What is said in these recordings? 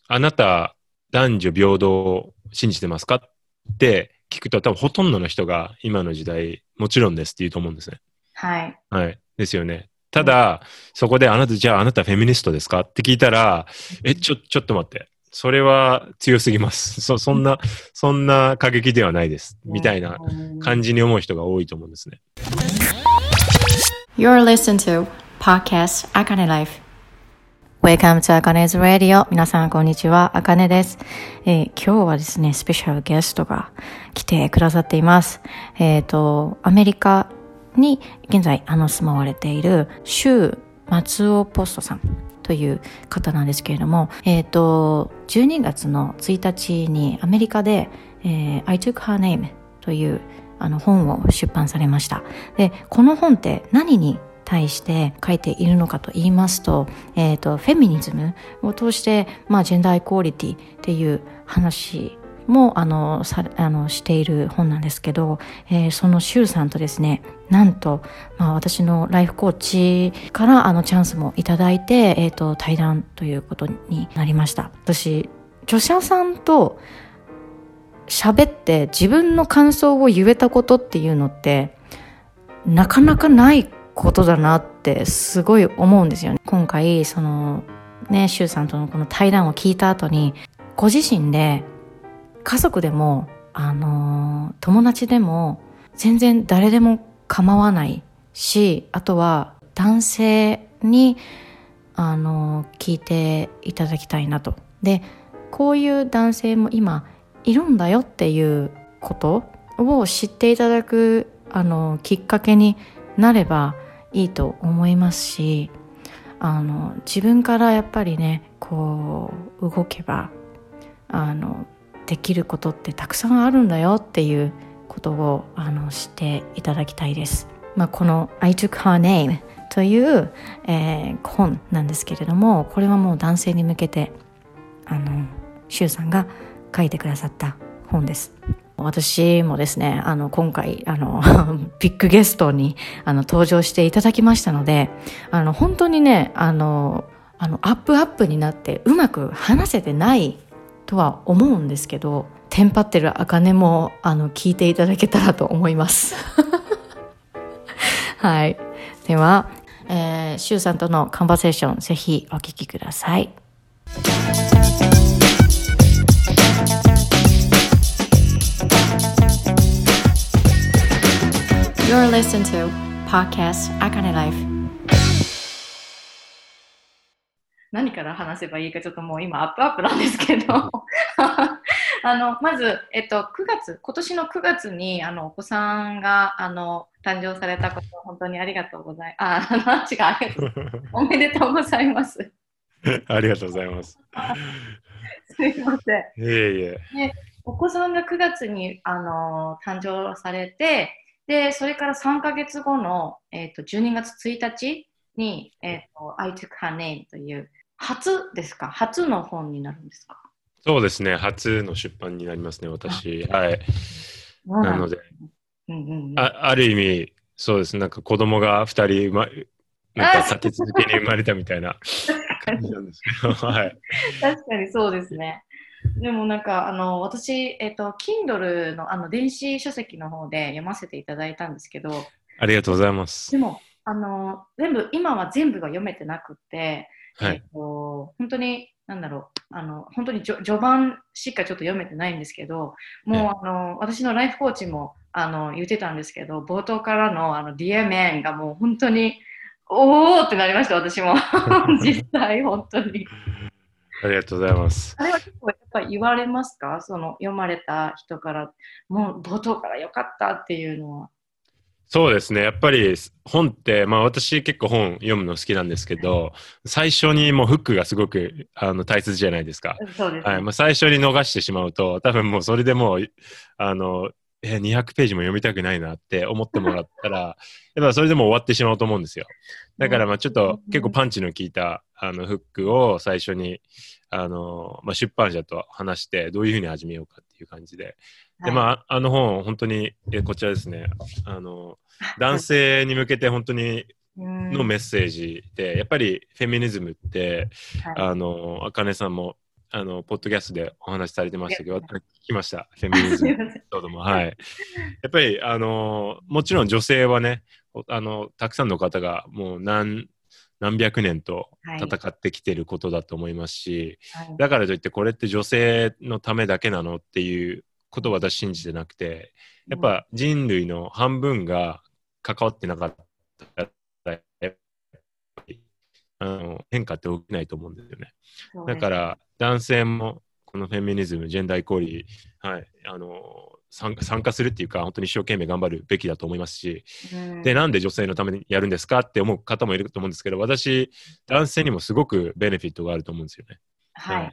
あなた男女平等を信じてますかって聞くと多分ほとんどの人が今の時代もちろんですって言うと思うんですね。 はい。 はい。ですよね。ただ、そこでじゃああなたフェミニストですかって聞いたら、ちょっと待って。それは強すぎます。そんな過激ではないです。みたいな感じに思う人が多いと思うんですね。 You're listening to Podcast Akane Life. Welcome to Akane's Radio. 皆さんこんにちは、Akane です。今日はですね、スペシャルゲストが来てくださっています。アメリカに現在住まわれているシュウ・マツオポストさんという方なんですけれども、12月の1日にアメリカで、I Took Her Name という本を出版されました。で、この本って何に対して書いているのかと言いますと、フェミニズムを通して、ジェンダーイコーリティっていう話もしている本なんですけど、そのシュウさんとですね、なんと、私のライフコーチからチャンスもいただいて、対談ということになりました。私、著者さんと喋って自分の感想を言えたことっていうのってなかなかないことだなってすごい思うんですよね。今回シュウさんとのこの対談を聞いた後に、ご自身で家族でも友達でも全然誰でも構わないし、あとは男性に聞いていただきたいなと。で、こういう男性も今いるんだよっていうことを知っていただくきっかけになればいいと思いますし、自分からやっぱりね、こう動けばできることってたくさんあるんだよっていうことを知っていただきたいです。この I Took Her Name という、本なんですけれども、これはもう男性に向けてシュウさんが書いてくださった本です。私もですね、今回ビッグゲストに登場していただきましたので、本当にね、アップになってうまく話せてないとは思うんですけど、テンパってる茜も聞いていただけたらと思いますはい。では、シュウさんとのカンバセーション、ぜひお聞きください。You're listening to Podcast Akane Life. 何から話せばいいかちょっともう今アップなんですけどまず、今年の9月にお子さんが誕生されたことを本当にありがとうございます。おめでとうございます。 ありがとうございます。 すいません。 いえいえ。 で、お子さんが9月に誕生されて、で、それから3ヶ月後の、12月1日に、I Took Her Name という初の本になるんですか？ そうですね。初の出版になりますね、私。はい。なので、ある意味、そうです。なんか子供が2人なんか立て続けに生まれたみたいな感じなんですけど、はい。 確かにそうですね。でもなんか私、Kindle の電子書籍の方で読ませていただいたんですけど、 ありがとうございます。 でも今は全部が読めてなくて、 はい、 本当に本当に序盤しかちょっと読めてないんですけど、もう私のライフコーチも言ってたんですけど、冒頭からのDear Man がもう本当におーってなりました、私も実際本当に。 ありがとうございます。 あれは結構やっぱり言われますか？読まれた人から、もう冒頭から良かったっていうのは。 そうですね。やっぱり本って、私結構本読むの好きなんですけど、最初にもうフックがすごく大切じゃないですか。 そうですね。 はい。最初に逃してしまうと、多分もうそれでもう、200ページも読みたくないなって思ってもらったら、やっぱそれでも終わってしまうと思うんですよ。だからちょっと結構パンチの効いたフックを最初に出版社と話してどういうふうに始めようかっていう感じで。で、本、本当に、こちらですね。男性に向けて本当にのメッセージで、やっぱりフェミニズムって、あかねさんもポッドキャストでお話しされてましたけど、聞きました。フェミニズムエピソードも。はい。やっぱり、もちろん女性はね、たくさんの方がもう何百年と戦ってきてることだと思いますし、だからといってこれって女性のためだけなのっていうことを私信じてなくて、やっぱ人類の半分が関わってなかったら、やっぱり変化って起きないと思うんですよね。だから男性もこのフェミニズム、ジェンダーイコーリー、はい、参加するっていうか、本当に一生懸命頑張るべきだと思いますし、で、なんで女性のためにやるんですかって思う方もいると思うんですけど、私、男性にもすごくベネフィットがあると思うんですよね。はい。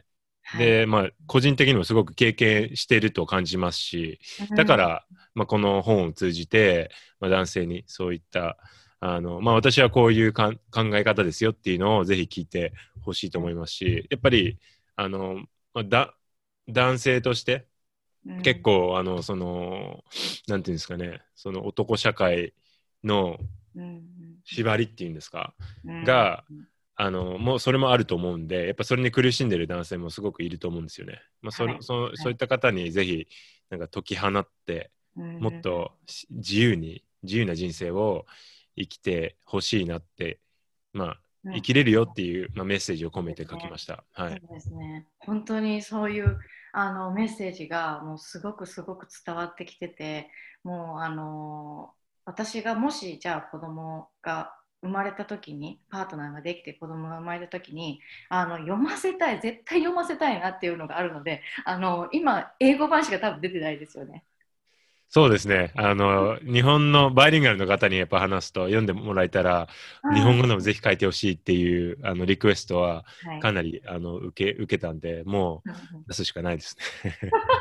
で、まあ、個人的にもすごく経験していると感じますし、だから、まあ、この本を通じて、まあ、男性にそういった、まあ、私はこういう考え方ですよっていうのをぜひ聞いてほしいと思いますし、やっぱり、まあ、男性として、結構なんていうんですかね、その男社会の縛りっていうんですか、がもうそれもあると思うんで、やっぱそれに苦しんでる男性もすごくいると思うんですよね。まあそういった方にぜひなんか解き放って、もっと自由な人生を生きてほしいなって、まあ生きれるよっていう、まあ、メッセージを込めて書きました。はい。 そうですね。本当にそういうメッセージがもうすごく伝わってきてて、もう私がもしじゃあ子供が生まれた時に、パートナーができて子供が生まれた時に読ませたい、絶対読ませたいなっていうのがあるので、今英語版しか多分出てないですよね。 そうですね。日本のバイリンガルの方にやっぱ話すと読んでもらえたら、日本語でもぜひ書いてほしいっていうリクエストはかなり、受けたんで、もう出すしかないですね。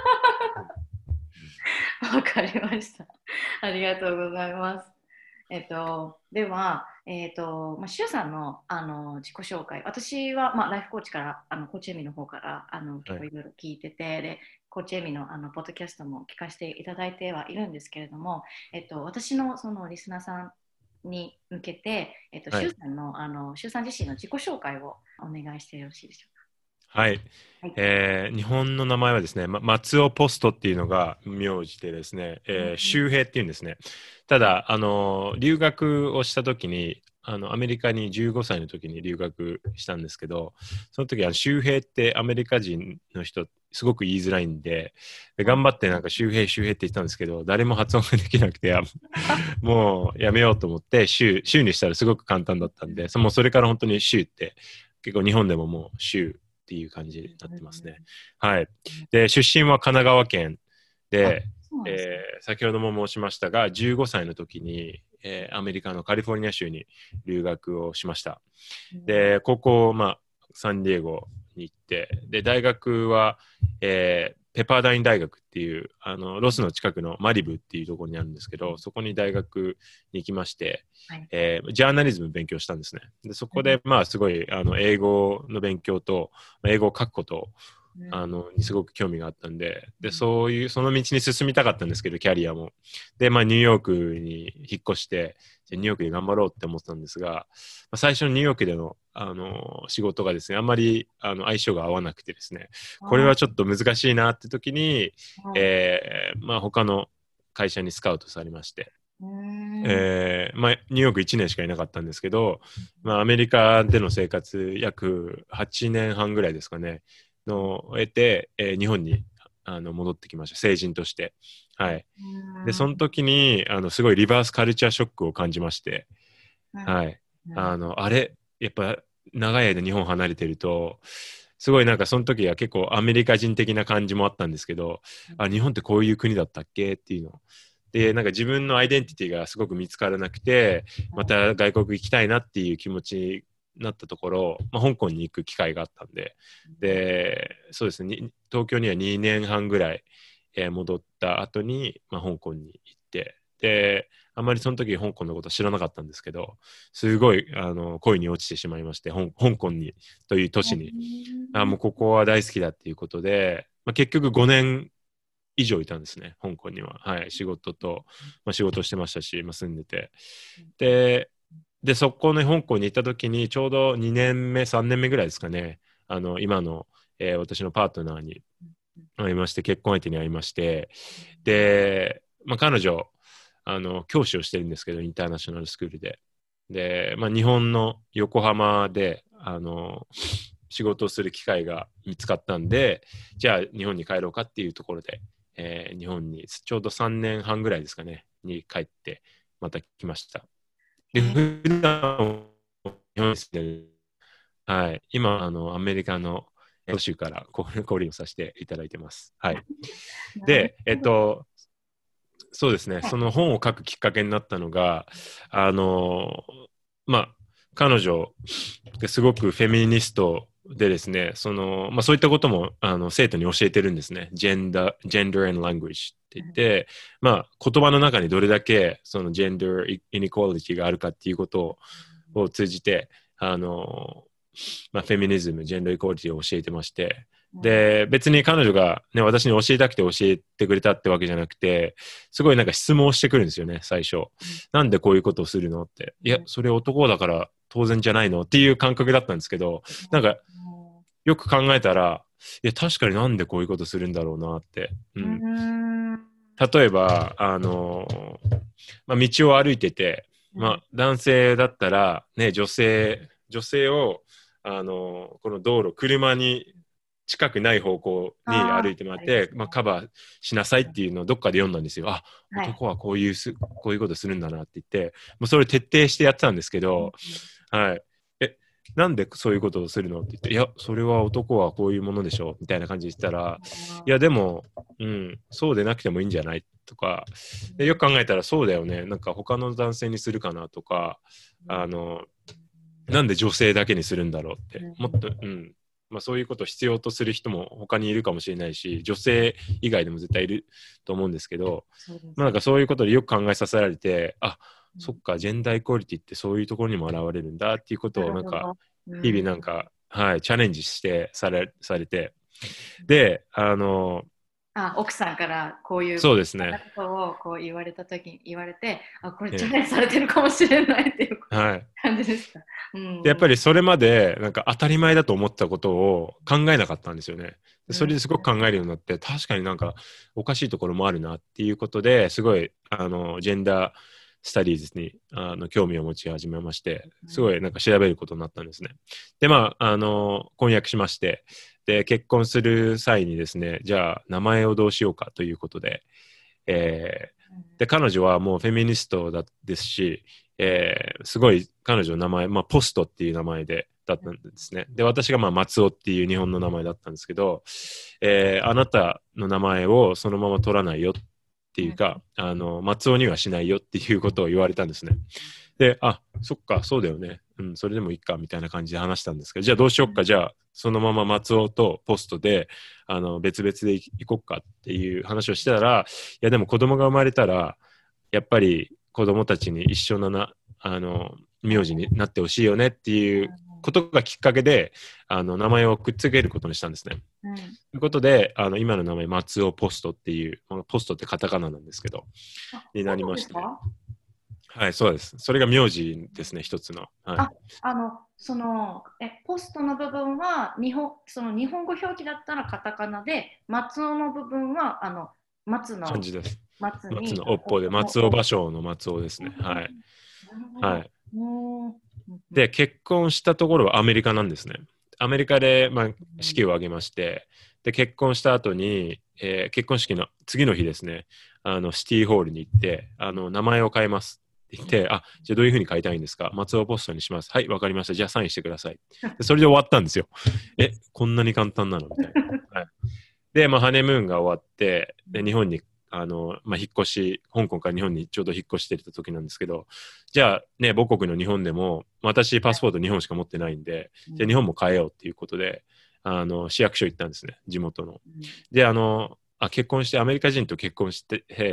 わかりました。ありがとうございます。では、シュウさんの、自己紹介、私は、ライフコーチからコーチエミの方から結構いろいろ聞いてて、でコーチエミのポッドキャストも聞かせていただいてはいるんですけれども、私のそのリスナーさんに向けて、シュウさんの、シュウさん自身の自己紹介をお願いしてよろしいでしょうか。 はい、日本の名前はですね、松尾ポストっていうのが名字でですね、周平っていうんですね。ただ留学をした時にアメリカに15歳の時に留学したんですけど、その時周平ってアメリカ人の人すごく言いづらいんで、頑張ってなんか周平って言ったんですけど、誰も発音ができなくてもうやめようと思って週にしたらすごく簡単だったんで、もうそれから本当に週って結構日本でももう週っていう感じになってますね。はい。で、出身は神奈川県で、先ほども申しましたが、15歳の時に、アメリカのカリフォルニア州に留学をしました。で、高校、サンディエゴに行って、で、大学は、ペパーダイン大学っていうロスの近くのマリブっていうところにあるんですけど、そこに大学に行きまして、ジャーナリズムを勉強したんですね。でそこですごい英語の勉強と英語を書くことにすごく興味があったんで、その道に進みたかったんですけど、キャリアも。で、ニューヨークに引っ越して、ニューヨークで頑張ろうって思ってたんですが、最初のニューヨークでの、仕事がですね、あんまり相性が合わなくてですね、これはちょっと難しいなって時に、他の会社にスカウトされまして、ニューヨーク1年しかいなかったんですけど、アメリカでの生活約8年半ぐらいですかね、を得て、日本に戻ってきました、成人として。はい。で、その時にすごいリバースカルチャーショックを感じまして、はい。あれ、やっぱ長い間日本離れてると、すごいなんかその時は結構アメリカ人的な感じもあったんですけど、日本ってこういう国だったっけっていうの。で、なんか自分のアイデンティティがすごく見つからなくて、また外国行きたいなっていう気持ちになったところ、香港に行く機会があったんで、で、そうですね、東京には2年半ぐらい戻った後に、香港に行って、で、あんまりその時香港のことは知らなかったんですけど、すごい恋に落ちてしまいまして、香港にという都市に、もうここは大好きだっていうことで、結局5年以上いたんですね、香港には。はい、仕事してましたし、住んでて。で、そこの香港に行った時に、ちょうど2年目、3年目ぐらいですかね、今の私のパートナーに会いまして、結婚相手に会いまして、で、彼女、教師をしてるんですけど、インターナショナルスクールで。で、日本の横浜で、仕事をする機会が見つかったんで、じゃあ日本に帰ろうかっていうところで、日本にちょうど3年半ぐらいですかね、に帰ってまた来ました。で、普段日本に住んでる、はい、今アメリカの都市から交流をさせていただいてます。はい。で、そうですね、その本を書くきっかけになったのが、彼女がすごくフェミニストでですね、そういったことも生徒に教えてるんですね。Gender and Language って言って、言葉の中にどれだけその Gender Inequality があるかっていうことを通じて、フェミニズム、ジェンダーイコーリティを教えてまして、で、別に彼女が、ね、私に教えたくて教えてくれたってわけじゃなくて、すごいなんか質問をしてくるんですよね、最初。なんでこういうことをするのって。いや、それ男だから当然じゃないのっていう感覚だったんですけど、なんか、よく考えたら、いや、確かになんでこういうことするんだろうなって。例えば、道を歩いてて、男性だったら、ね、女性を、この道路、車に近くない方向に歩いてもらって、カバーしなさいっていうのをどっかで読んだんですよ。男はこういうことするんだなって言って、もうそれ徹底してやってたんですけど、はい。なんでそういうことをするのって言って、いや、それは男はこういうものでしょみたいな感じで言ったら、いや、でも、そうでなくてもいいんじゃないとか、でよく考えたらそうだよね。なんか他の男性にするかなとか、なんで女性だけにするんだろうって、もっと、そういうことを必要とする人も他にいるかもしれないし、女性以外でも絶対いると思うんですけど、なんかそういうことでよく考えさせられて、そっか、ジェンダーイコーリティってそういうところにも現れるんだっていうことをなんか、日々なんか、チャレンジしてされて、で、 奥さんからこういうことをこう言われたときに言われて、これチャレンジされてるかもしれないっていう感じですか。 でやっぱりそれまでなんか当たり前だと思ったことを考えなかったんですよね。それですごく考えるようになって、確かになんかおかしいところもあるなっていうことですごいジェンダースタディーズに興味を持ち始めまして、すごいなんか調べることになったんですね。で婚約しまして、で結婚する際にですね、じゃあ名前をどうしようかということで、で彼女はもうフェミニストですし、すごい彼女の名前、ポストっていう名前だったんですね。で私が松尾っていう日本の名前だったんですけど、あなたの名前をそのまま取らないよっていうか、松尾にはしないよっていうことを言われたんですね。で、そっか、そうだよね。それでもいいかみたいな感じで話したんですけど、じゃあどうしよっか、じゃあそのまま松尾とポストで別々で行こっかっていう話をしてたら、いやでも子供が生まれたらやっぱり子供たちに一緒な名字になってほしいよねっていうことがきっかけで名前をくっつけることにしたんですね。ということで今の名前松尾ポストっていう、ポストってカタカナなんですけどになりました、ね。はい、そうです。それが名字ですね、一つの。 ポストの部分は日本語表記だったらカタカナで、松尾の部分は松の漢字です。 松の尾っぽで、松尾芭蕉の松尾ですね。はい。はい。で、結婚したところはアメリカなんですね。アメリカで、式を挙げまして、で、結婚した後に、結婚式の次の日ですね、シティホールに行って、名前を変えますって言って、じゃあどういうふうに変えたいんですか？松尾ポストにします。はい、わかりました。じゃあサインしてください。でそれで終わったんですよ。こんなに簡単なのみたいな。はい、で、ハネムーンが終わって、で日本に引っ越し、香港から日本にちょうど引っ越してた時なんですけど、じゃあね、母国の日本でも、私パスポート日本しか持ってないんで、じゃあ日本も変えようっていうことで、市役所行ったんですね、地元の。で、結婚して、アメリカ人と結婚して、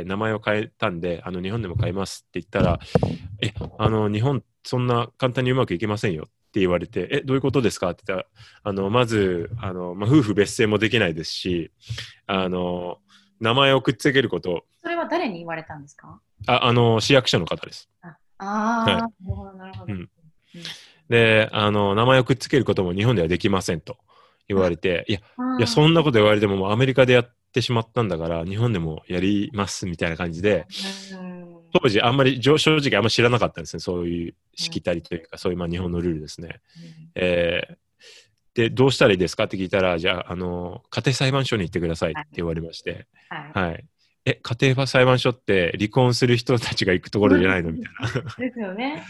名前を変えたんで、日本でも変えますって言ったら、日本そんな簡単にうまくいけませんよって言われて、どういうことですかって言ったら、まず、夫婦別姓もできないですし、名前をくっつけること。 それは誰に言われたんですか？ 市役所の方です。 なるほど。 で、名前をくっつけることも日本ではできませんと言われて、いや、 あそんなこと言われても、もうアメリカでやってしまったんだから、日本でもやりますみたいな感じで、当時あんまり、正直あんまり知らなかったんですね。そういうしきたりというか、そういう日本のルールですね。で、どうしたらいいですかって聞いたら、じゃあ、家庭裁判所に行ってくださいって言われまして、はい。家庭裁判所って離婚する人たちが行くところじゃないのみたいな。 ですよね。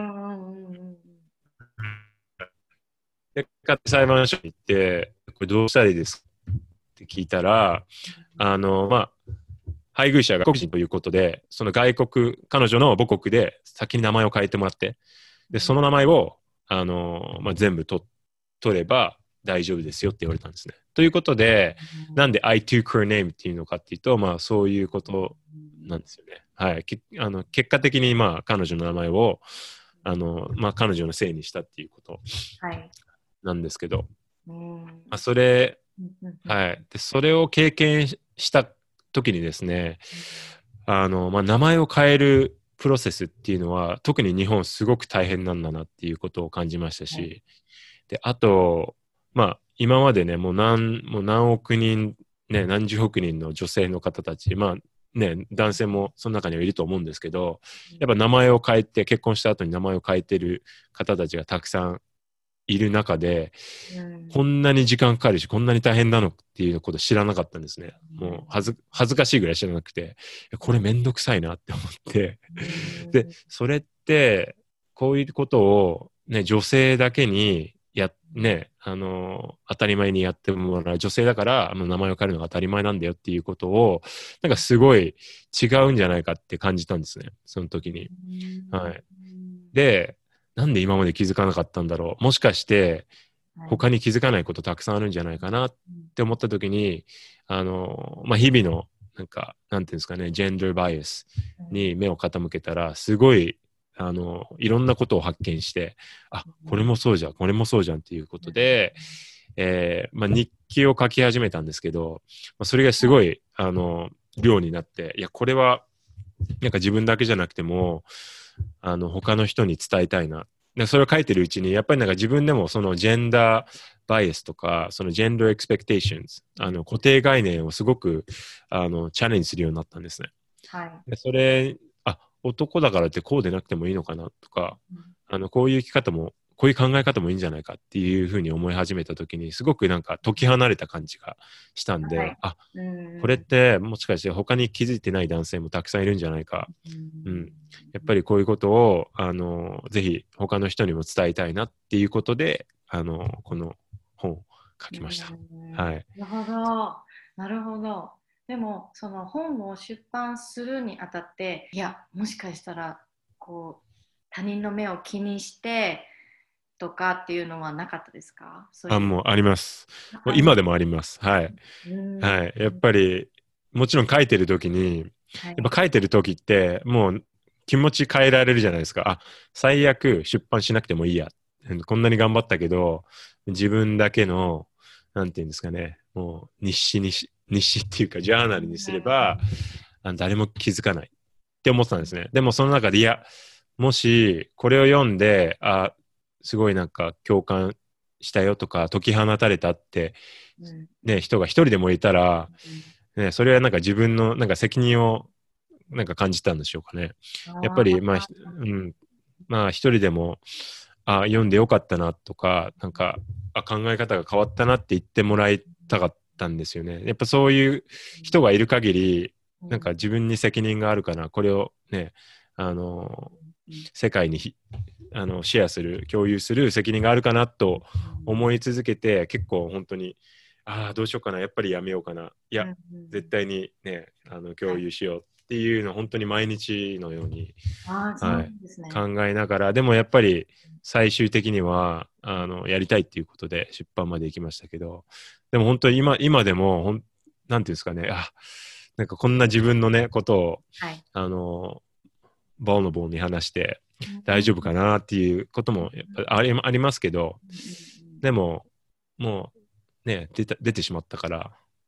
で、家庭裁判所に行って、これどうしたらいいですかって聞いたら、配偶者が外国人ということで、その彼女の母国で先に名前を変えてもらって、で、その名前を、全部取れば大丈夫ですよって言われたんですね。ということで、なんで I took her name っていうのかっていうと、そういうことなんですよね。はい。結果的に、彼女の名前を、彼女のせいにしたっていうことなんですけど、それを経験した時にですね、名前を変えるプロセスっていうのは、特に日本すごく大変なんだなっていうことを感じましたし、で、あと、今までね、もう何億人、ね、何十億人の女性の方たち、男性もその中にはいると思うんですけど、やっぱ名前を変えて、結婚した後に名前を変えてる方たちがたくさんいる中で、こんなに時間かかるし、こんなに大変なのっていうこと知らなかったんですね。もう恥ずかしいぐらい知らなくて、これめんどくさいなって思って。で、それって、こういうことを、ね、女性だけに当たり前にやってもらう。女性だから名前を変えるのが当たり前なんだよっていうことを、なんかすごい違うんじゃないかって感じたんですね。その時に。はい。で、なんで今まで気づかなかったんだろう。もしかして、他に気づかないことたくさんあるんじゃないかなって思ったときに、日々の、なんていうんですかね、ジェンダーバイアスに目を傾けたら、すごい、いろんなことを発見して、これもそうじゃん、これもそうじゃんっていうことで、日記を書き始めたんですけど、それがすごい、量になって、いや、これは、なんか自分だけじゃなくても、他の人に伝えたいな。でそれを書いてるうちに、やっぱりなんか自分でもそのジェンダーバイアスとか、そのジェンダーエクスペクテーションズ、固定概念をすごく、チャレンジするようになったんですね。でそれ、男だからってこうでなくてもいいのかなとか、こういう生き方も、こういう考え方もいいんじゃないかっていうふうに思い始めたときに、すごくなんか解き放れた感じがしたんで、これってもしかして他に気づいてない男性もたくさんいるんじゃないか。やっぱりこういうことを、ぜひ他の人にも伝えたいなっていうことで、この本を書きました。はい。 なるほど。でも、その本を出版するにあたって、いや、もしかしたら、他人の目を気にしてとかっていうのはなかったですか？ もうあります。今でもあります。はい。はい。やっぱり、もちろん書いてるときに、やっぱ書いてるときって、もう気持ち変えられるじゃないですか。最悪出版しなくてもいいや。こんなに頑張ったけど、自分だけの、なんていうんですかね、もう日誌っていうか、ジャーナルにすれば、誰も気づかないって思ってたんですね。でもその中で、いや、もしこれを読んで、すごいなんか共感したよとか、解き放たれたって、ね、人が一人でもいたら、ね、それはなんか自分のなんか責任をなんか感じたんでしょうかね。やっぱり、一人でも、読んでよかったなとか、なんか、考え方が変わったなって言ってもらいたかったんですよね。やっぱそういう人がいる限り、なんか自分に責任があるから、これをね、世界にシェアする、共有する責任があるかなと思い続けて、結構本当に、どうしようかな、やっぱりやめようかな、いや、絶対にね、共有しようっていうのを本当に毎日のように、考えながら、でもやっぱり最終的にはやりたいっていうことで出版まで行きましたけど、でも本当に今でもなんていうんですかね、なんかこんな自分のねことを、バルナブルに話して大丈夫かなっていうこともやっぱありますけど、でももうね出てしまったから、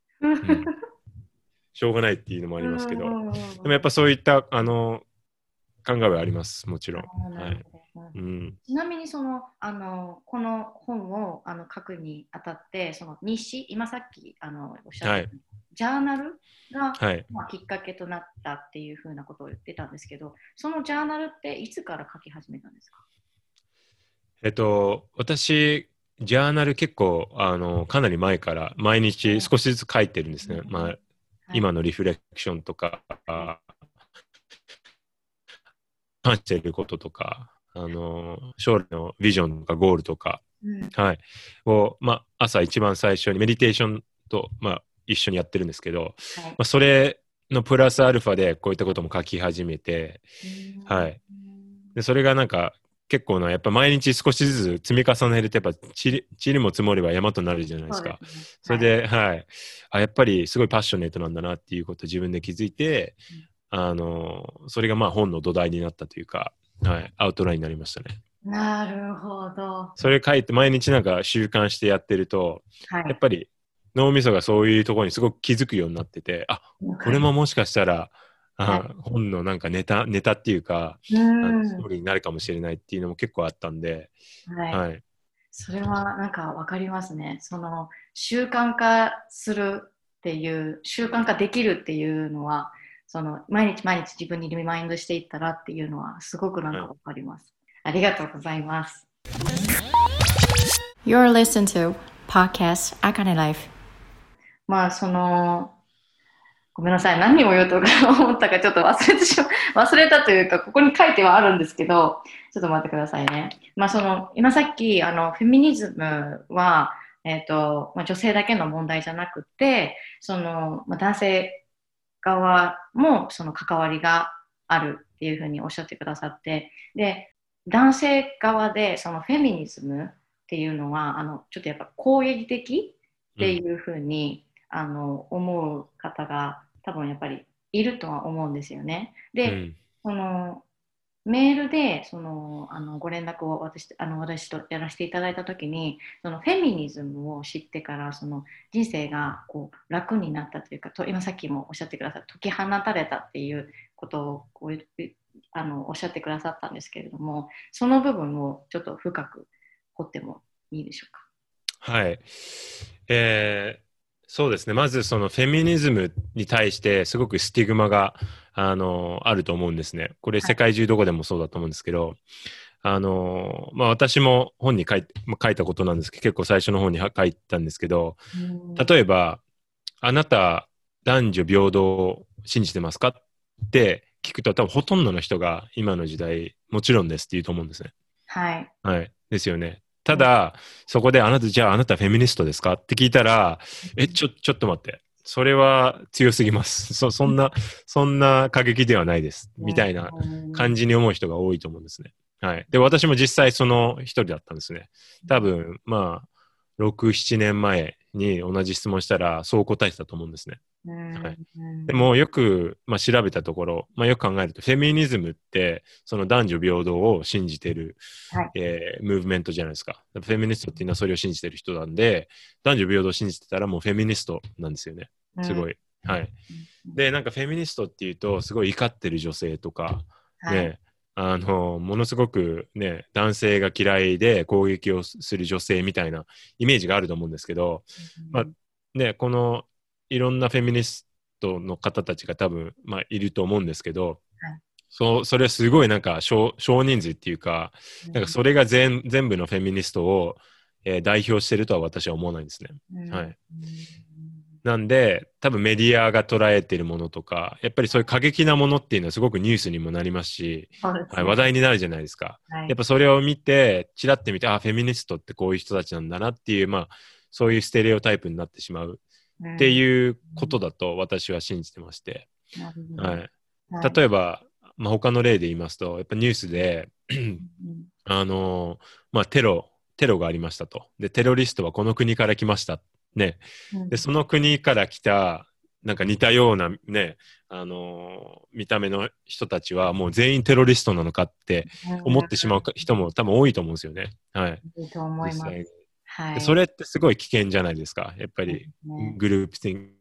しょうがないっていうのもありますけど、でもやっぱそういった考えはあります、もちろん。はい。 うん、 ちなみにこの本を書くにあたって今さっきおっしゃってた、 はい、 ジャーナルが、 はい。 きっかけとなったっていうふうなことを言ってたんですけど、そのジャーナルっていつから書き始めたんですか？ 私、ジャーナル結構、かなり前から毎日少しずつ書いてるんですね。まあ、 はい。 今のリフレクションとか、 はい。 感していることとか、将来のビジョンとかゴールとか、 うん。 はい、まあ、朝一番最初にメディテーションと、まあ、一緒にやってるんですけど、 はい。 まあ、それのプラスアルファでこういったことも書き始めて、 うはい。 ん。 で、それがなんか、結構な、やっぱ毎日少しずつ積み重ねると、やっぱ塵も積もれば山となるじゃないですか。 そうですね。はい。 それで、はい。やっぱりすごいパッショネートなんだなっていうことを自分で気づいて、 うん。 それがまあ本の土台になったというか、はい、アウトラインになりましたね。 なるほど。 それ書いて毎日なんか習慣してやってると、 はい。 やっぱり脳みそがそういうところにすごく気づくようになってて、 わかります。 これももしかしたら、 はい。 本のなんかネタっていうか、 うストーん。 リーになるかもしれないっていうのも結構あったんで、 はい。 はい。 それはなんかわかりますね。習慣化するっていう、習慣化できるっていうのは、毎日毎日自分にリマインドしていったらっていうのは、すごくなんはい。 かわかります。ありがとうございます。 You're listening to Podcast Akane Life. まあ、ごめんなさい。何を言おうと思ったかちょっと忘れたというか、ここに書いてはあるんですけど、ちょっと待ってくださいね。まあ、今さっき、フェミニズムは、女性だけの問題じゃなくて、男性側もその関わりがあるっていうふうにおっしゃってくださって、で、男性側でそのフェミニズムっていうのは、ちょっとやっぱ攻撃的ってうん。 いうふうに、思う方が多分やっぱりいるとは思うんですよね。で、 うん。 そのメールでご連絡を私とやらせていただいたときにフェミニズムを知ってから人生がこう楽になったというか今さっきもおっしゃってくださった解き放たれたっていうことをおっしゃってくださったんですけれども、その部分をちょっと深く掘ってもいいでしょうか？ はい。そうですね。まずそのフェミニズムに対してすごくスティグマが、あると思うんですね。これはい。 世界中どこでもそうだと思うんですけど、まあ私も本に書いたことなんですけど、結構最初の方に書いたんですけど、 うん。 例えば、あなた男女平等を信じてますかって聞くと多分ほとんどの人が今の時代もちろんですって言うと思うんですね。 はい。 はい。ですよね。たうん。 だ、そこでじゃああなたフェミニストですかって聞いたら、ちょっと待って。それは強すぎます。そんな過激ではないです。みたいな感じに思う人が多いと思うんですね。はい。で、私も実際その一人だったんですね。多分、まあ、6、7年前に同じ質問したら、そう答えてたと思うんですね。 うん。 はい。 うん。 でもよく、まあ、調べたところ、まあ、よく考えると、フェミニズムって、その男女平等を信じている、 はい。 ムーブメントじゃないですか。フェミニストっていうのはそれを信じてる人なんで、男女平等を信じてたらもうフェミニストなんですよね。 うん。 すごい。はい。 うん。 で、なんかフェミニストっていうと、すごい怒ってる女性とか、 はい。 ね、ものすごくね、男性が嫌いで攻撃をする女性みたいなイメージがあると思うんですけど、まあ、ね、このいろんなフェミニストの方たちが多分、まあ、いると思うんですけど、 はい。 それはすごいなんか少人数っていうか、なんかそれが全部のフェミニストを、代表してるとは私は思わないんですね。 うん。 はい。なんで、多分メディアが捉えているものとか、やっぱりそういう過激なものっていうのはすごくニュースにもなりますし、はい、 そうですね。 話題になるじゃないですか。 はい。 やっぱそれを見て、チラって見て、フェミニストってこういう人たちなんだなっていう、まあ、そういうステレオタイプになってしまうってうん。 いうことだと私は信じてまして、 なるほど。 はい。 はい。 例えば、まあ、他の例で言いますと、やっぱニュースでうん。 あのまあ、テロがありましたと。で、テロリストはこの国から来ました。ね。で、 うん。 その国から来た、なんか似たようなね、見た目の人たちはもう全員テロリストなのかって思ってしまう人も多分多いと思うですよね。はい。 いいと思い実際に。 ます。はで、そい。 れってすごい危険じゃないですか。やっぱそうでり、 すね。 グループシン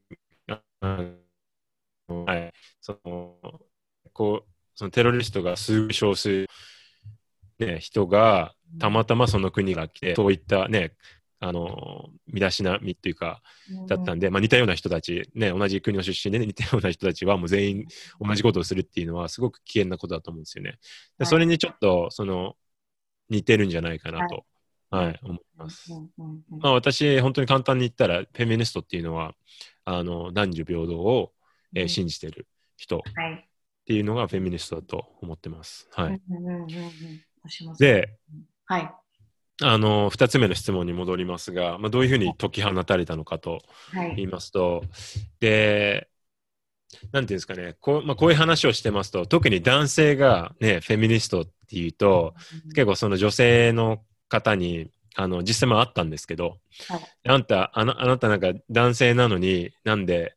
はい。こう、そのテロリストが数少数ね、人がたまたまその国が来て、そういったね、身だしなみっていうか、だったんで、まあ、似たような人たち、ね、同じ国の出身で、ね、似たような人たちはもう全員同じことをするっていうのはすごく危険なことだと思うんですよね。でそれにちょっと似てるんじゃないかなと、はい思います。まあ、私、本当に簡単に言ったら、フェミニストっていうのは、男女平等を、信じてる人っていうのがフェミニストだと思ってます。はい。で、 はい。 2つ目の質問に戻りますが、まあ、どういうふうに解き放たれたのかと言いますと、で、なんていうんですかね、こういう話をしてますと、特に男性がね、フェミニストっていうと、結構その女性の方に、実際もあったんですけど、あなたなんか男性なのになんで、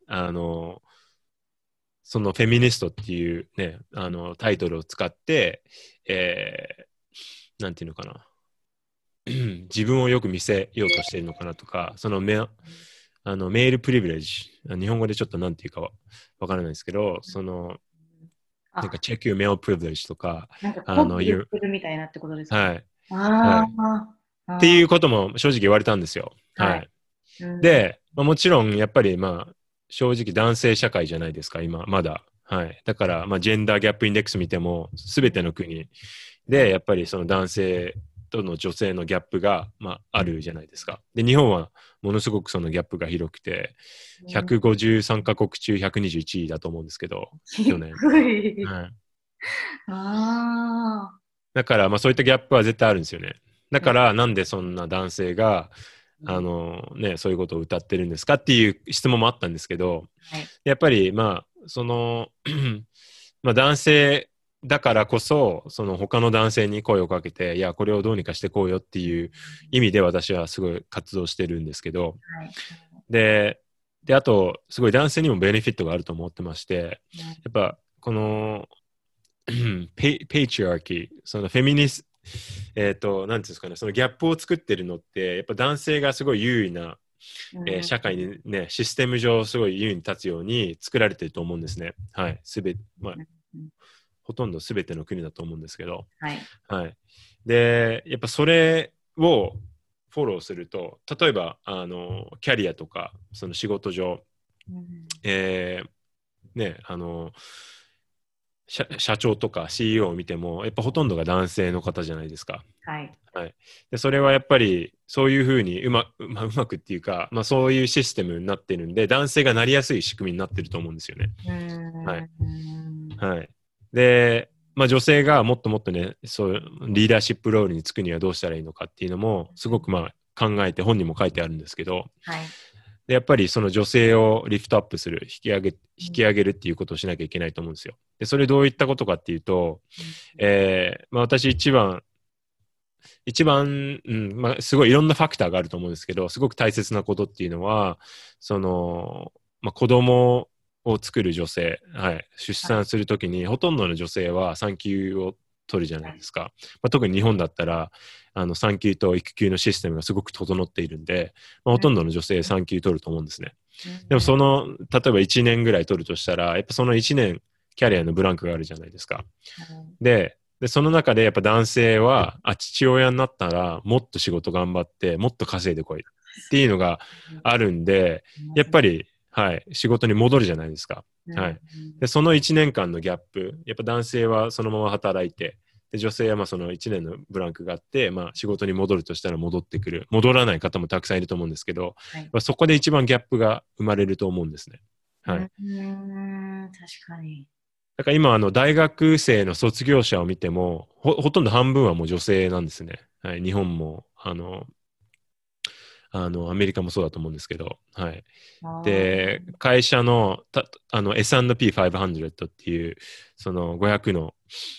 そのフェミニストっていうね、タイトルを使って、なんていうのかな、自分をよく見せようとしているのかなとか、そのメールプリビレージ、日本語でちょっとなんていうかわからないですけど、なんかチェック your male privilege とか、 なんかコピーするみたいなってことですか？ はい。っていうことも正直言われたんですよ。はい。で、もちろんやっぱり正直男性社会じゃないですか、今、まだ。はい。だから、ジェンダーギャップインデックス見ても、すべての国で、やっぱりその男性との女性のギャップが、あるじゃないですか。で、日本はものすごくそのギャップが広くて、153カ国中121位だと思うんですけど、去年。はい、だから、そういったギャップは絶対あるんですよね。だから、なんでそんな男性が、そういうことを歌ってるんですかっていう質問もあったんですけど、やっぱり、男性だからこそ、他の男性に声をかけて、いや、これをどうにかしてこうよっていう意味で私はすごい活動してるんですけど、で、あと、すごい男性にもベネフィットがあると思ってまして、やっぱ、この、ペイチュアーキー、そのフェミニスト、なんていうんですかね、そのギャップを作ってるのって、やっぱ男性がすごい優位な、社会にね、システム上すごい優位に立つように作られてると思うんですね。はい。ほとんど全ての国だと思うんですけど。はい。で、やっぱそれをフォローすると、例えば、キャリアとか、その仕事上、社長とか CEO を見ても、やっぱほとんどが男性の方じゃないですか。はい。でそれはやっぱり、そういうふうにうまくっていうか、そういうシステムになってるんで、男性がなりやすい仕組みになってると思うんですよね。はい。はい。で、女性がもっともっとね、そうリーダーシップロールにつくにはどうしたらいいのかっていうのも、すごく考えて本にも書いてあるんですけど、でやっぱりその女性をリフトアップする、引き上げるっていうことをしなきゃいけないと思うんですよ。で、それどういったことかっていうと、私一番、すごいいろんなファクターがあると思うんですけど、すごく大切なことっていうのは、子供を作る女性、はい、出産するときに、ほとんどの女性は産休を取るじゃないですか。特に日本だったら、産休と育休のシステムがすごく整っているんで、ほとんどの女性産休取ると思うんですね。でも例えば1年ぐらい取るとしたら、やっぱその1年キャリアのブランクがあるじゃないですか。で、その中でやっぱ男性は、父親になったらもっと仕事頑張って、もっと稼いでこいっていうのがあるんで、やっぱり、はい、仕事に戻るじゃないですか。はい。で、その1年間のギャップ、やっぱ男性はそのまま働いて、で女性はその1年のブランクがあって、仕事に戻るとしたら戻ってくる。戻らない方もたくさんいると思うんですけど、そこで一番ギャップが生まれると思うんですね。はい。 確かに。 だから今、大学生の卒業者を見ても、ほとんど半分はもう女性なんですね。はい。日本も、アメリカもそうだと思うんですけど、はい。で、会社の、S&P500 っていう、その500の、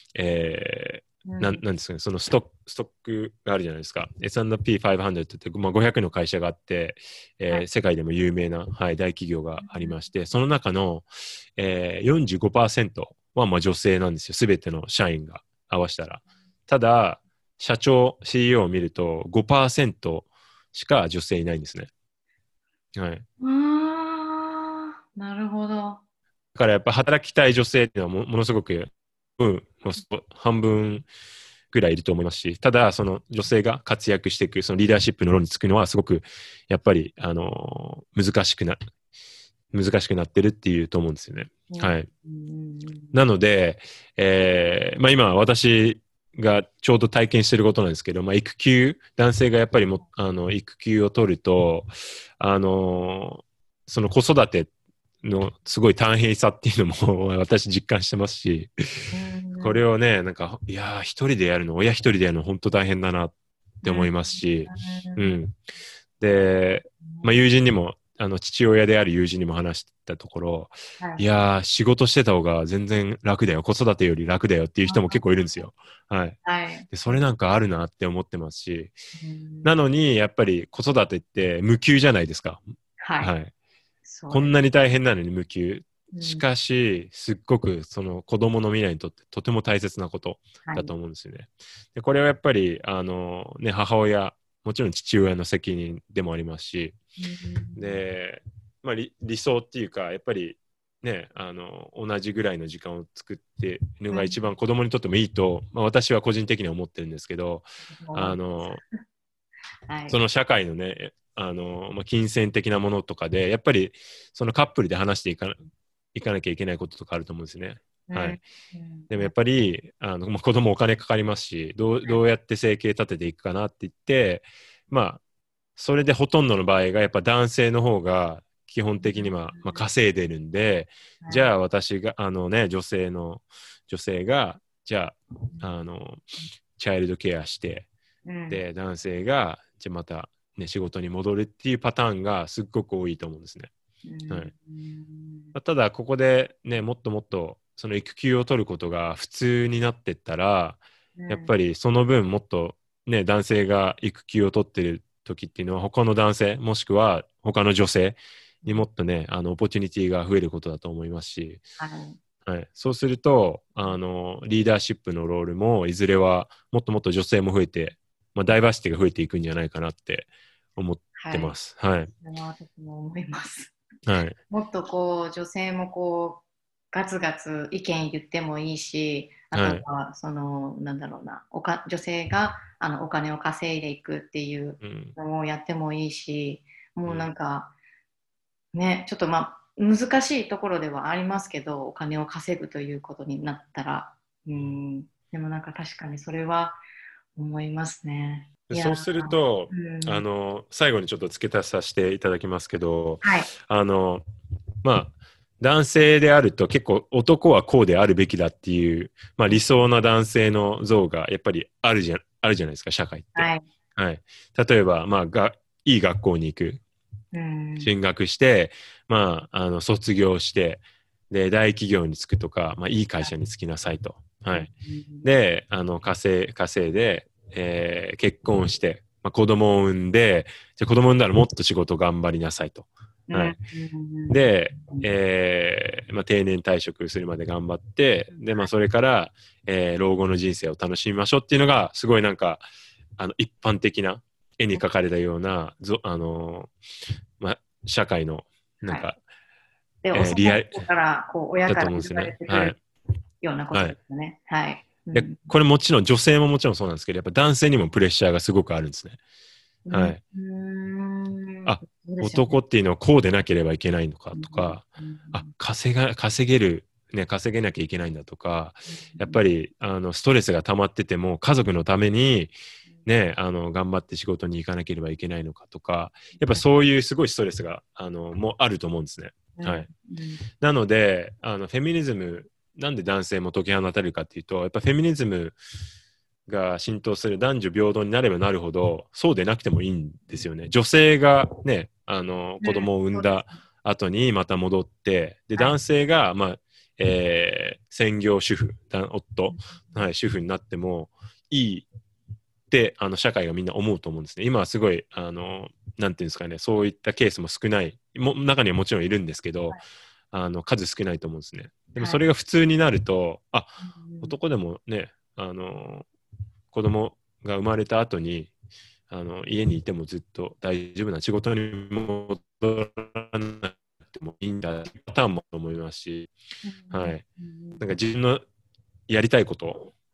なんですかね、そのストックがあるじゃないですか。S&P500 って、500の会社があって、世界でも有名な、はい、大企業がありまして、その中の、45% は女性なんですよ。すべての社員が合わせたら。ただ、社長、CEO を見ると5%しか女性いないんですね。はい。 なるほど。だからやっぱ働きたい女性っていうのはものすごく、半分ぐらいいると思いますし、ただその女性が活躍していくそのリーダーシップのロールにつくのはすごくやっぱり難しくなってるっていうと思うんですよね。はい。なので、まあ今私がちょうど体験してることなんですけど、まあ育休、男性がやっぱり育休を取ると、その子育てのすごい大変さっていうのも私実感してますし、これをね、なんか、いやー親一人でやるの本当大変だなって思いますし、うん。で、まあ友人にも、父親である友人にも話したところ、いやー、仕事してた方が全然楽だよ。子育てより楽だよっていう人も結構いるんですよ。はい。でそれなんかあるなって思ってますし、なのに、やっぱり子育てって無給じゃないですか。はい。こんなに大変なのに無給。しかし、すっごくその子供の未来にとってとても大切なことだと思うんですよね。でこれはやっぱり、母親、もちろん父親の責任でもありますし、で、まあ、理想っていうか、やっぱりね、同じぐらいの時間を作っているのが一番子供にとってもいいと、まあ、私は個人的には思ってるんですけど、その社会のね、まあ、金銭的なものとかで、やっぱりそのカップルで話していかなきゃいけないこととかあると思うんですね。はい。でもやっぱり、まあ、子供お金かかりますし、どうやって生計立てていくかなって言って、まあ、それでほとんどの場合がやっぱ男性の方が基本的には、まあ、稼いでるんで、じゃあ私が、女性が、じゃあ、チャイルドケアして、で、男性が、じゃあまた、ね、仕事に戻るっていうパターンがすっごく多いと思うんですね。はい。ただ、ここでね、もっともっとその育休を取ることが普通になってったら、やっぱりその分もっとね、男性が育休を取ってる時っていうのは他の男性、もしくは他の女性にもっとね、オポチュニティが増えることだと思いますし、はい、そうすると、リーダーシップのロールもいずれはもっともっと女性も増えて、まあ、ダイバーシティが増えていくんじゃないかなって思ってます。はい。 それは私も思います。 はい。 もっとこう女性もこうガツガツ意見言ってもいいし、あとはその、なんだろうな、女性がお金を稼いでいくっていうのをやってもいいし、もうなんかね、ちょっとまあ難しいところではありますけど、お金を稼ぐということになったら、でもなんか確かにそれは思いますね。 そうすると、最後にちょっと付け足させていただきますけど、 はい、 まあ、男性であると結構男はこうであるべきだっていう、まあ、理想な男性の像がやっぱりあるじゃないですか、社会って。 はい。 はい、例えば、まあ、いい学校に行く。進学して、まあ、卒業して、で、大企業に就くとか、まあ、いい会社に就きなさいと。はい。で、稼いで、結婚して、まあ、子供を産んで、じゃ子供を産んだらもっと仕事頑張りなさいと。はい。で、まあ、定年退職するまで頑張って、で、まあ、それから、老後の人生を楽しみましょうっていうのが、すごいなんか、一般的な絵に描かれたような、まあ、社会の、なんか、 リアルからこう親から言われてくるようなことですね。はい。 でこれもちろん女性ももちろんそうなんですけど、やっぱ男性にもプレッシャーがすごくあるんですね。はい。男っていうのはこうでなければいけないのかとか、稼げなきゃいけないんだとか、やっぱりストレスが溜まってても家族のためにね、頑張って仕事に行かなければいけないのかとか、やっぱそういうすごいストレスがもうあると思うんですね。はい。なのでフェミニズムなんで男性も解き放たれるかっていうと、やっぱフェミニズムが浸透する男女平等になればなるほど、そうでなくてもいいんですよね。女性がね、子供を産んだ後にまた戻って、で、男性が、まあ、専業主婦、夫、はい、主婦になってもいいって、社会がみんな思うと思うんですね。今はすごい、なんていうんですかね、そういったケースも少ない、中にはもちろんいるんですけど、数少ないと思うんですね。でもそれが普通になると、男でもね、子供が生まれた後に家にいてもずっと大丈夫な仕事に戻らなくてもいいんだっていうパターンも思いますし、はい。なんか自分のやりたいこと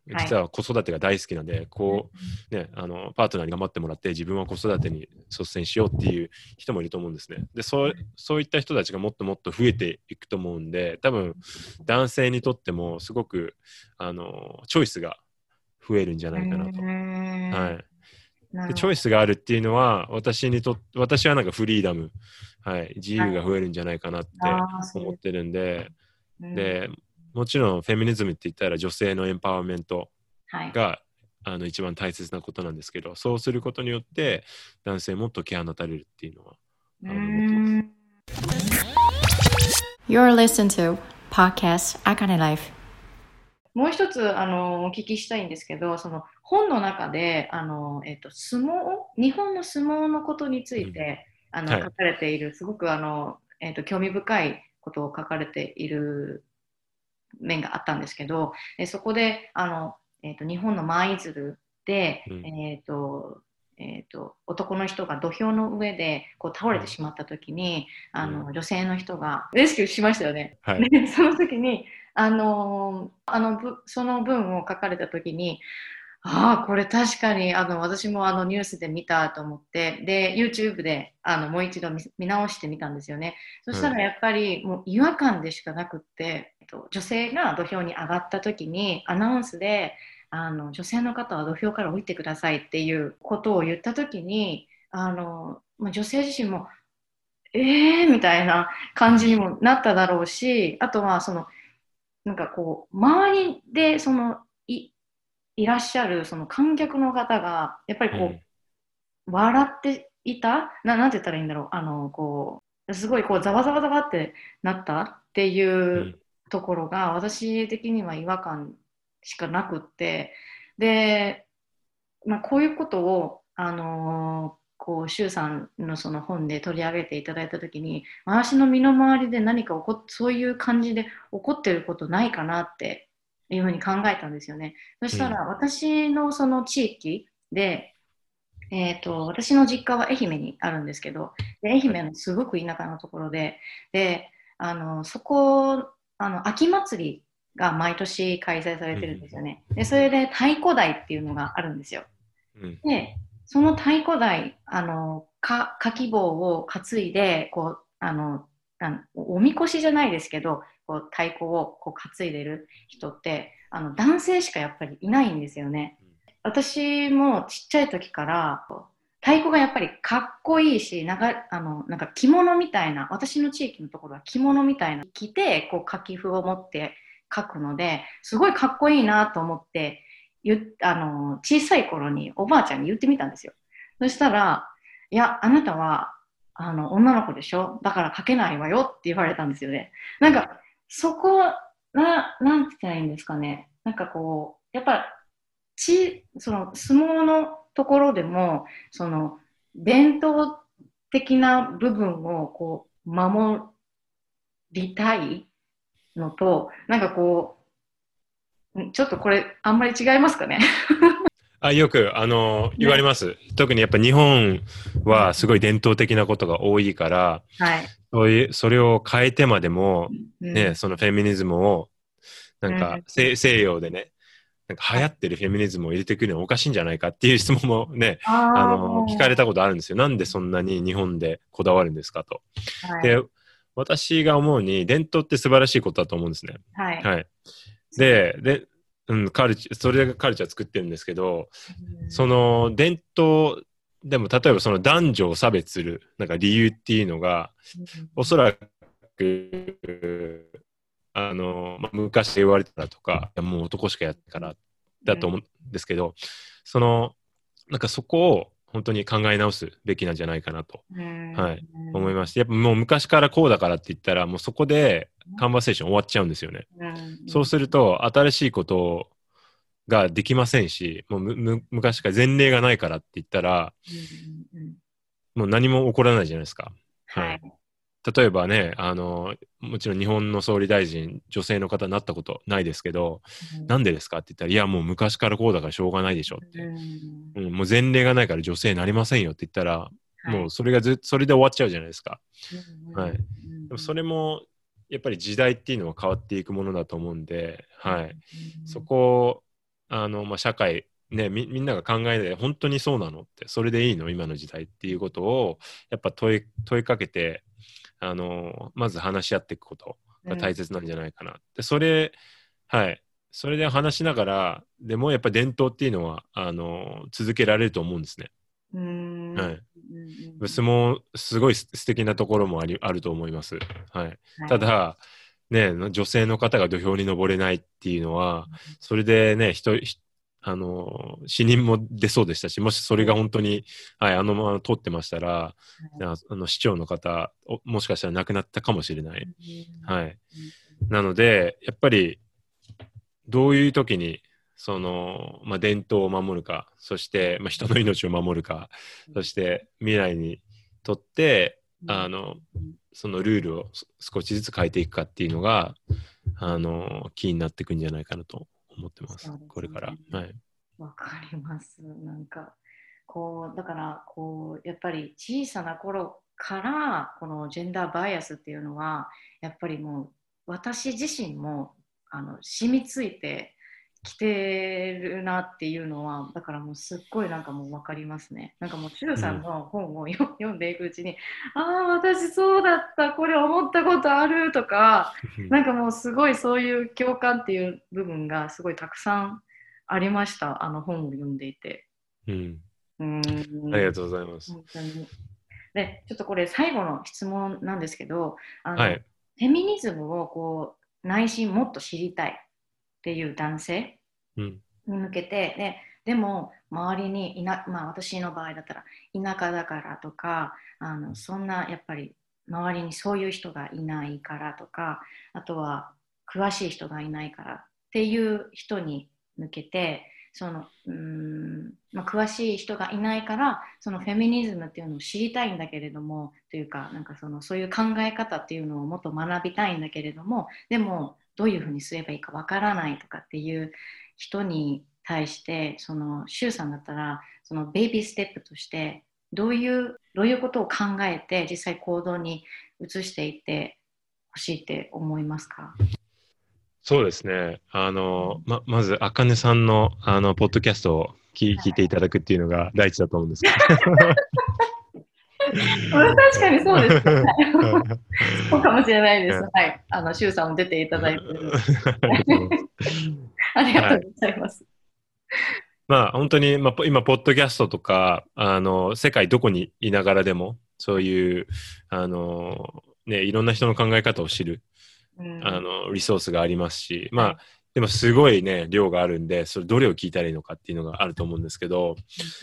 実は子育てが大好きなんで、こう、ね、パートナーに頑張ってもらって、自分は子育てに率先しようっていう人もいると思うんですね。で、そういった人たちがもっともっと増えていくと思うんで、多分、男性にとってもすごく、チョイスが増えるんじゃないかなと。はい。で、チョイスがあるっていうのは、私はなんかフリーダム、はい、自由が増えるんじゃないかなって思ってるんで、で、もちろんフェミニズムって言ったら女性のエンパワーメントが、一番大切なことなんですけど、そうすることによって男性もっとケアのたれるっていうのは思ってます。 You're listening to Podcast Akane Life。 もう一つお聞きしたいんですけど、その本の中で日本の相撲のことについて、書かれている、すごく興味深いことを書かれている面があったんですけど、そこで日本の舞鶴で、男の人が土俵の上でこう倒れてしまった時に、女性の人がレスキューしましたよね。 はい、 でその時にその文を書かれた時に、これ確かに私もニュースで見たと思って、で YouTube でもう一度見直してみたんですよね。そしたらやっぱりもう違和感でしかなくって、女性が土俵に上がった時にアナウンスで女性の方は土俵から降りてくださいっていうことを言った時に女性自身もみたいな感じにもなっただろうし、あとはなんかこう周りでいらっしゃるその観客の方がやっぱりこう、笑っていたなんて言ったらいいんだろう、こうすごいこうざわざわざわってなったっていうところが、私的には違和感しかなくって、で、こういうことをこう周さんのその本で取り上げていただいたときに、私の身の回りで何かそういう感じで起こってることないかなっていうふうに考えたんですよね。そしたら私のその地域で、私の実家は愛媛にあるんですけど、で愛媛のすごく田舎のところで、そこ秋祭りが毎年開催されてるんですよね。でそれで太鼓台っていうのがあるんですよ。でその太鼓台かき棒を担いでこうおみこしじゃないですけど、こう太鼓をこう担いでる人って男性しかやっぱりいないんですよね。私もちっちゃい時から太鼓がやっぱりかっこいいし、なんか着物みたいな、私の地域のところは着物みたいな着てこう書き譜を持って書くので、すごいかっこいいなと思って小さい頃におばあちゃんに言ってみたんですよ。そしたら、いや、あなたは女の子でしょ、だから書けないわよって言われたんですよね。なんかそこなんて言ったらいいんですかね。なんかこうやっぱその相撲のところでもその伝統的な部分をこう守りたいのと、なんかこうちょっとこれあんまり違いますかね。 よく言われます。特にやっぱ日本はすごい伝統的なことが多いから、それを変えてまでも、そのフェミニズムをなんか西洋でね、なんか流行ってるフェミニズムを入れてくるのはおかしいんじゃないかっていう質問もね、聞かれたことあるんですよ。なんでそんなに日本でこだわるんですかと。で、私が思うに伝統って素晴らしいことだと思うんですね。で、それがカルチャー作ってるんですけど、その伝統でも例えばその男女を差別するなんか理由っていうのが、おそらく昔言われてたとか、もう男しかやってからだと思うんですけど、なんかそこを本当に考え直すべきなんじゃないかなと、思いまして、やっぱもう昔からこうだからって言ったら、もうそこでカンバセーション終わっちゃうんですよね。そうすると、新しいことができませんし、もう昔から前例がないからって言ったら、もう何も起こらないじゃないですか。例えばね、もちろん日本の総理大臣、女性の方になったことないですけど、なんでですかって言ったら、いや、もう昔からこうだからしょうがないでしょって。もう前例がないから女性になりませんよって言ったら、もうそれで終わっちゃうじゃないですか。でもそれも、やっぱり時代っていうのは変わっていくものだと思うんで、そこ社会、ね、みんなが考えて、本当にそうなのって、それでいいの今の時代っていうことを、やっぱ問いかけて、まず話し合っていくことが大切なんじゃないかな。で、それで話しながら、でもやっぱ伝統っていうのは、続けられると思うんですね。はい。相撲、すごい素敵なところもあると思います。はい。ただ、ね、女性の方が土俵に登れないっていうのは、それでね、死人も出そうでしたし、もしそれが本当に、はい、まま通ってましたら、市長の方、もしかしたら亡くなったかもしれない。はい。なので、やっぱり、どういう時に、伝統を守るか、そして、人の命を守るか、そして未来にとって、そのルールを少しずつ変えていくかっていうのが、キーになっていくんじゃないかなと思ってます。これから。はい。 わかります。なんか、だから、やっぱり小さな頃から、このジェンダーバイアスっていうのは、やっぱりもう、私自身も、染みついてきてるなっていうのは、だからもうすっごいなんかもう分かりますね。なんかもうチュルさんの本を読んでいくうちに、私そうだった、これ思ったことあるとか、なんかもうすごいそういう共感っていう部分がすごいたくさんありました、本を読んでいて。 ありがとうございます。 本当に。で、ちょっとこれ最後の質問なんですけど、 はい、 フェミニズムを内心もっと知りたいっていう男性に向けて、でも周りに私の場合だったら田舎だからとか、そんなやっぱり周りにそういう人がいないからとか、あとは詳しい人がいないからっていう人に向けて、詳しい人がいないからそのフェミニズムっていうのを知りたいんだけれどもというか、なんかそういう考え方っていうのをもっと学びたいんだけれども、でもどういうふうにすればいいかわからないとかっていう人に対して、シュウさんだったらそのベイビーステップとしてどういうことを考えて実際行動に移していってほしいって思いますか？ そうですね。まず、あかねさんの、ポッドキャストを聞いていただくっていうのが第一だと思うんですけど。 確かにそうです、ね。そうかもしれないです。はい。シュウさんも出ていただいてる。ありがとうございます。 本当に、今、ポッドキャストとか、世界どこにいながらでも、そういう、いろんな人の考え方を知る。リソースがありますし、でもすごいね、量があるんで、それどれを聞いたらいいのかっていうのがあると思うんですけど、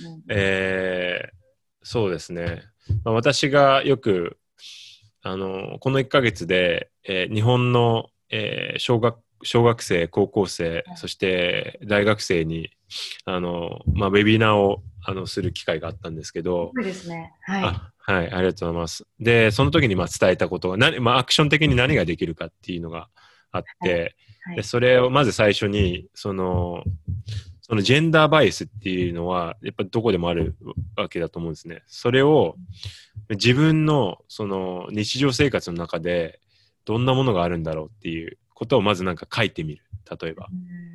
そうですね。私がよく、この1ヶ月で、日本の、小学生、高校生、そして大学生に、ウェビナーをする機会があったんですけど、 そうですね。はい。 はい、ありがとうございます。で、その時に伝えたことが、アクション的に何ができるかっていうのがあって、でそれをまず最初に、そのジェンダーバイアスっていうのは、やっぱりどこでもあるわけだと思うんですね。それを自分のその日常生活の中でどんなものがあるんだろうっていうことをまずなんか書いてみる。例えば。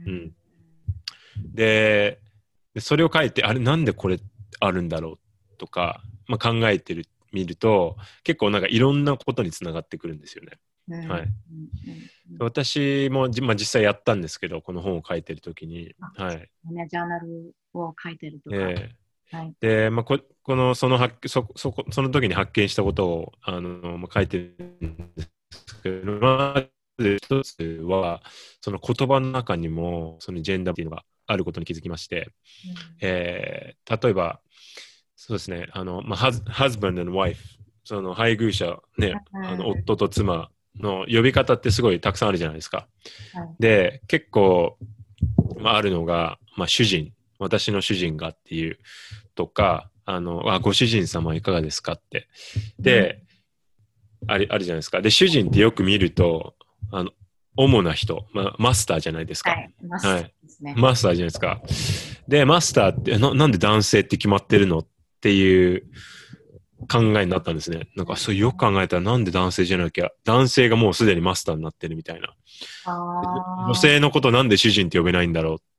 で、それを書いて、あれなんでこれあるんだろうとか、考えてみると結構なんかいろんなことにつながってくるんですよね。はい。私も、実際やったんですけど、この本を書いてるときに、はい。 ジャーナルを書いてるとか。 はい、で、その時に発見したことを書いてるんですけど、まず一つはその言葉の中にもそのジェンダーっていうのがあることに気づきまして、例えばそうですね、husband and wife、その配偶者、ね、夫と妻の呼び方ってすごいたくさんあるじゃないですか。で、結構、あるのが、主人、私の主人がっていうとか、ご主人様いかがですかって。で、あるじゃないですか。で、主人ってよく見ると、主な人、マスターじゃないですか。はい、マスターですね。マスターじゃないですか。で、マスターってなんで男性って決まってるのっていう考えになったんですね。なんかそうよく考えたらなんで男性じゃなきゃ、男性がもうすでにマスターになってるみたいな。女性のことなんで主人って呼べないんだろうっ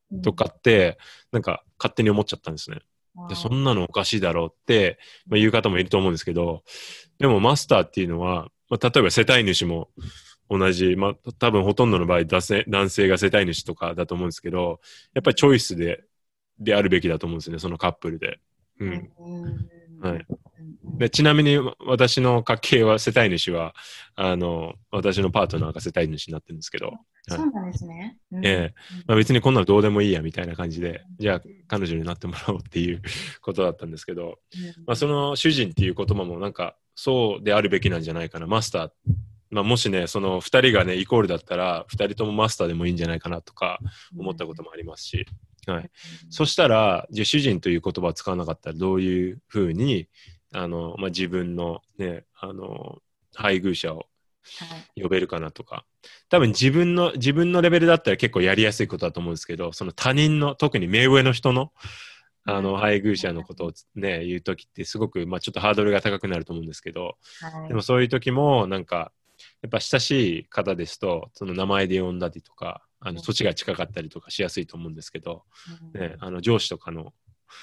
とかって、なんか勝手に思っちゃったんですね。でそんなのおかしいだろうって、言う方もいると思うんですけど、でもマスターっていうのは、例えば世帯主も同じ、多分ほとんどの場合男性が世帯主とかだと思うんですけど、やっぱりチョイスであるべきだと思うんですね、そのカップルで。はい。でちなみに私の家系は世帯主は私のパートナーが世帯主になってるんですけど、 そうなんですね。 別にこんなのどうでもいいやみたいな感じで、じゃあ彼女になってもらおうっていうことだったんですけど、その主人っていう言葉もなんかそうであるべきなんじゃないかな。マスター、もしねその2人がねイコールだったら2人ともマスターでもいいんじゃないかなとか思ったこともありますし、はい、そしたらじゃあ主人という言葉を使わなかったらどういうふうに自分のね配偶者を呼べるかなとか、多分自分のレベルだったら結構やりやすいことだと思うんですけど、その他人の特に目上の人の配偶者のことをね言う時ってすごくちょっとハードルが高くなると思うんですけど、でもそういう時もなんかやっぱ親しい方ですとその名前で呼んだりとか土地が近かったりとかしやすいと思うんですけど、ね、上司とかの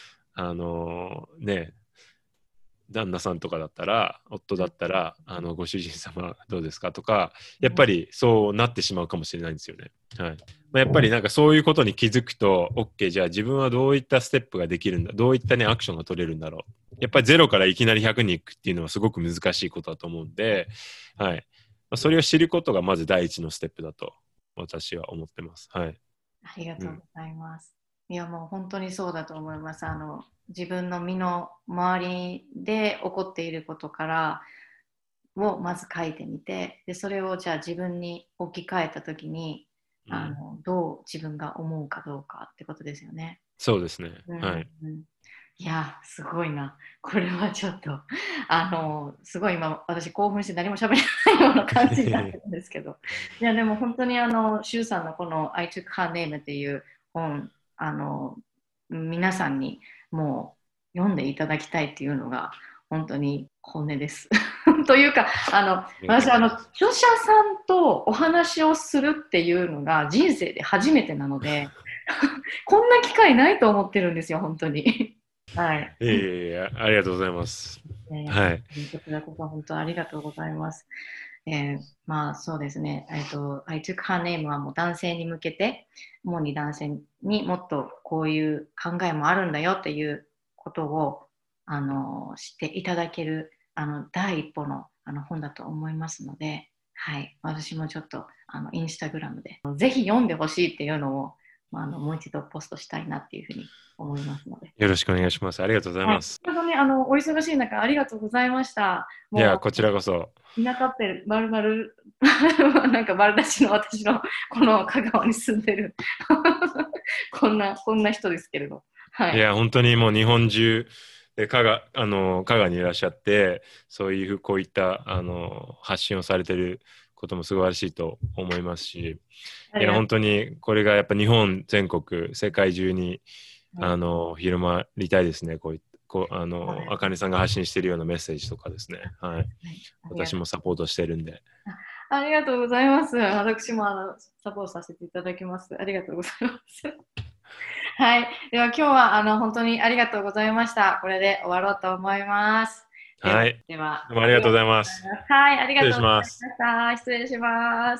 ね旦那さんとかだったら夫だったらご主人様どうですかとかやっぱりそうなってしまうかもしれないんですよね。はい。やっぱりなんかそういうことに気づくと OK じゃあ自分はどういったステップができるんだ、どういったねアクションが取れるんだろう。やっぱりゼロからいきなり100に行くっていうのはすごく難しいことだと思うんで、はい。それを知ることがまず第一のステップだと私は思ってます。はい。 ありがとうございます。いやもう本当にそうだと思います。自分の身の周りで起こっていることからをまず書いてみて、でそれをじゃあ自分に置き換えたときにどう自分が思うかどうかってことですよね。 そうですね。はい。 いやすごいな。これはちょっとすごい今私興奮して何も喋れないような感じになってるんですけどいやでも本当にシュウさんのこの I Took Her Name っていう本皆さんにもう読んでいただきたいっていうのが本当に本音ですというか私著者さんとお話をするっていうのが人生で初めてなのでこんな機会ないと思ってるんですよ本当にはい。 ありがとうございます。はい。 こちらこそ本当ありがとうございます。そうですね。I took her name はもう男性に向けて、主に男性にもっとこういう考えもあるんだよっていうことを知っていただける第一歩の本だと思いますので、はい。私もちょっとインスタグラムでぜひ読んでほしいっていうのをもう一度ポストしたいなっていうふうに思いますので。 よろしくお願いします。ありがとうございます。 本当にお忙しい中ありがとうございました。 いや、こちらこそ。 田舎って丸々なんか丸出しの私のこの香川に住んでるこんな人ですけれど。はい。 いや、本当にもう日本中で香川にいらっしゃって、そういうこういった発信をされてることも素晴らしいと思いますし、いや本当にこれがやっぱ日本全国世界中に広まりたいですね。あかねさんが発信しているようなメッセージとかですね。はい。私もサポートしてるんで。 ありがとうございます。私もサポートさせていただきます。ありがとうございます。はい。では今日は本当にありがとうございました。これで終わろうと思います。 はい。 では、 どうもありがとうございます。 はい、ありがとうございました。失礼します。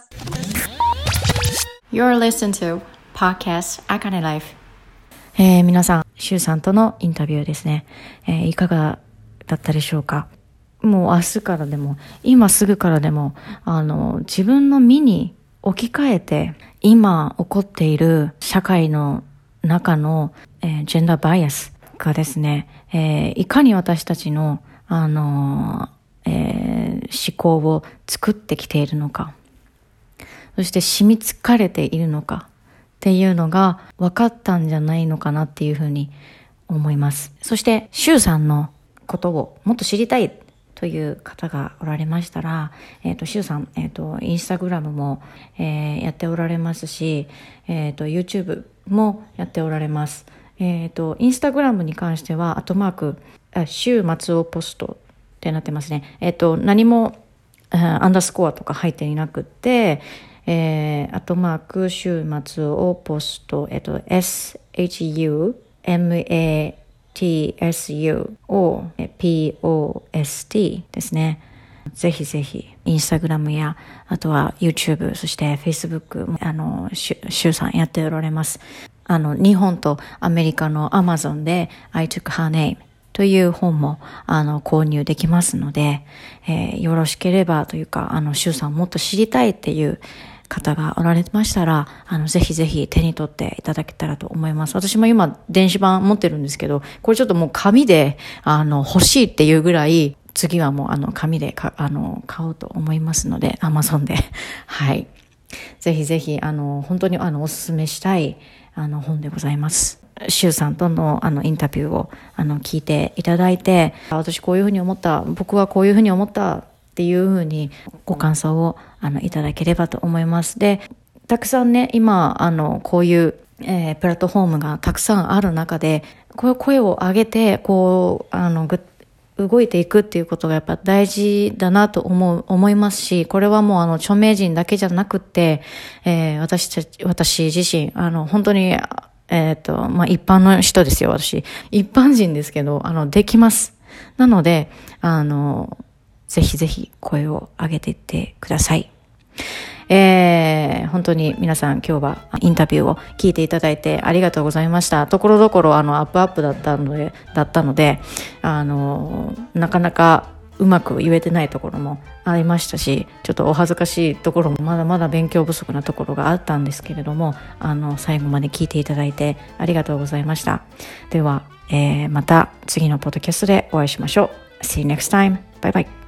You're listening to Podcast Akane Life。皆さん、シュウさんとのインタビューですね。いかがだったでしょうか。もう明日からでも、今すぐからでも、自分の身に置き換えて、今起こっている社会の中の、ジェンダーバイアスがですね、いかに私たちの思考を作ってきているのか、そして染みつかれているのかっていうのが分かったんじゃないのかなっていうふうに思います。そしてシュウさんのことをもっと知りたいという方がおられましたら、シュウさん、インスタグラムも、やっておられますし、YouTube もやっておられます。インスタグラムに関してはシュウ松尾ポストってなってますね。何もアンダースコアとか入っていなくって、 あとマーク週末をポスト、SHUMATSU を POST ですね。ぜひぜひ、インスタグラムや、あとは YouTube、そして Facebook、シュウさんやっておられます。日本とアメリカの Amazon で I took her name という本も、購入できますので、よろしければというか、シュウさんもっと知りたいっていう方がおられましたら、ぜひぜひ手に取っていただけたらと思います。私も今、電子版持ってるんですけど、これちょっともう紙で、欲しいっていうぐらい、次はもう紙で買おうと思いますので、Amazon で。はい。ぜひぜひ、本当におすすめしたい、本でございます。シュウさんとのインタビューを聞いていただいて、私こういうふうに思った、僕はこういうふうに思ったっていうふうにご感想をいただければと思います。で、たくさんね、今こういう、プラットフォームがたくさんある中で、こういう声を上げて動いていくっていうことがやっぱ大事だなと思いますし、これはもう著名人だけじゃなくて、私自身、本当に、一般の人ですよ、私。一般人ですけど、できます。なので、ぜひぜひ声を上げていってください。本当に皆さん今日はインタビューを聞いていただいてありがとうございました。ところどころアップだったので、なかなかうまく言えてないところもありましたし、ちょっとお恥ずかしいところもまだまだ勉強不足なところがあったんですけれども、最後まで聞いていただいてありがとうございました。では、また次のポッドキャストでお会いしましょう。See you next time. Bye bye.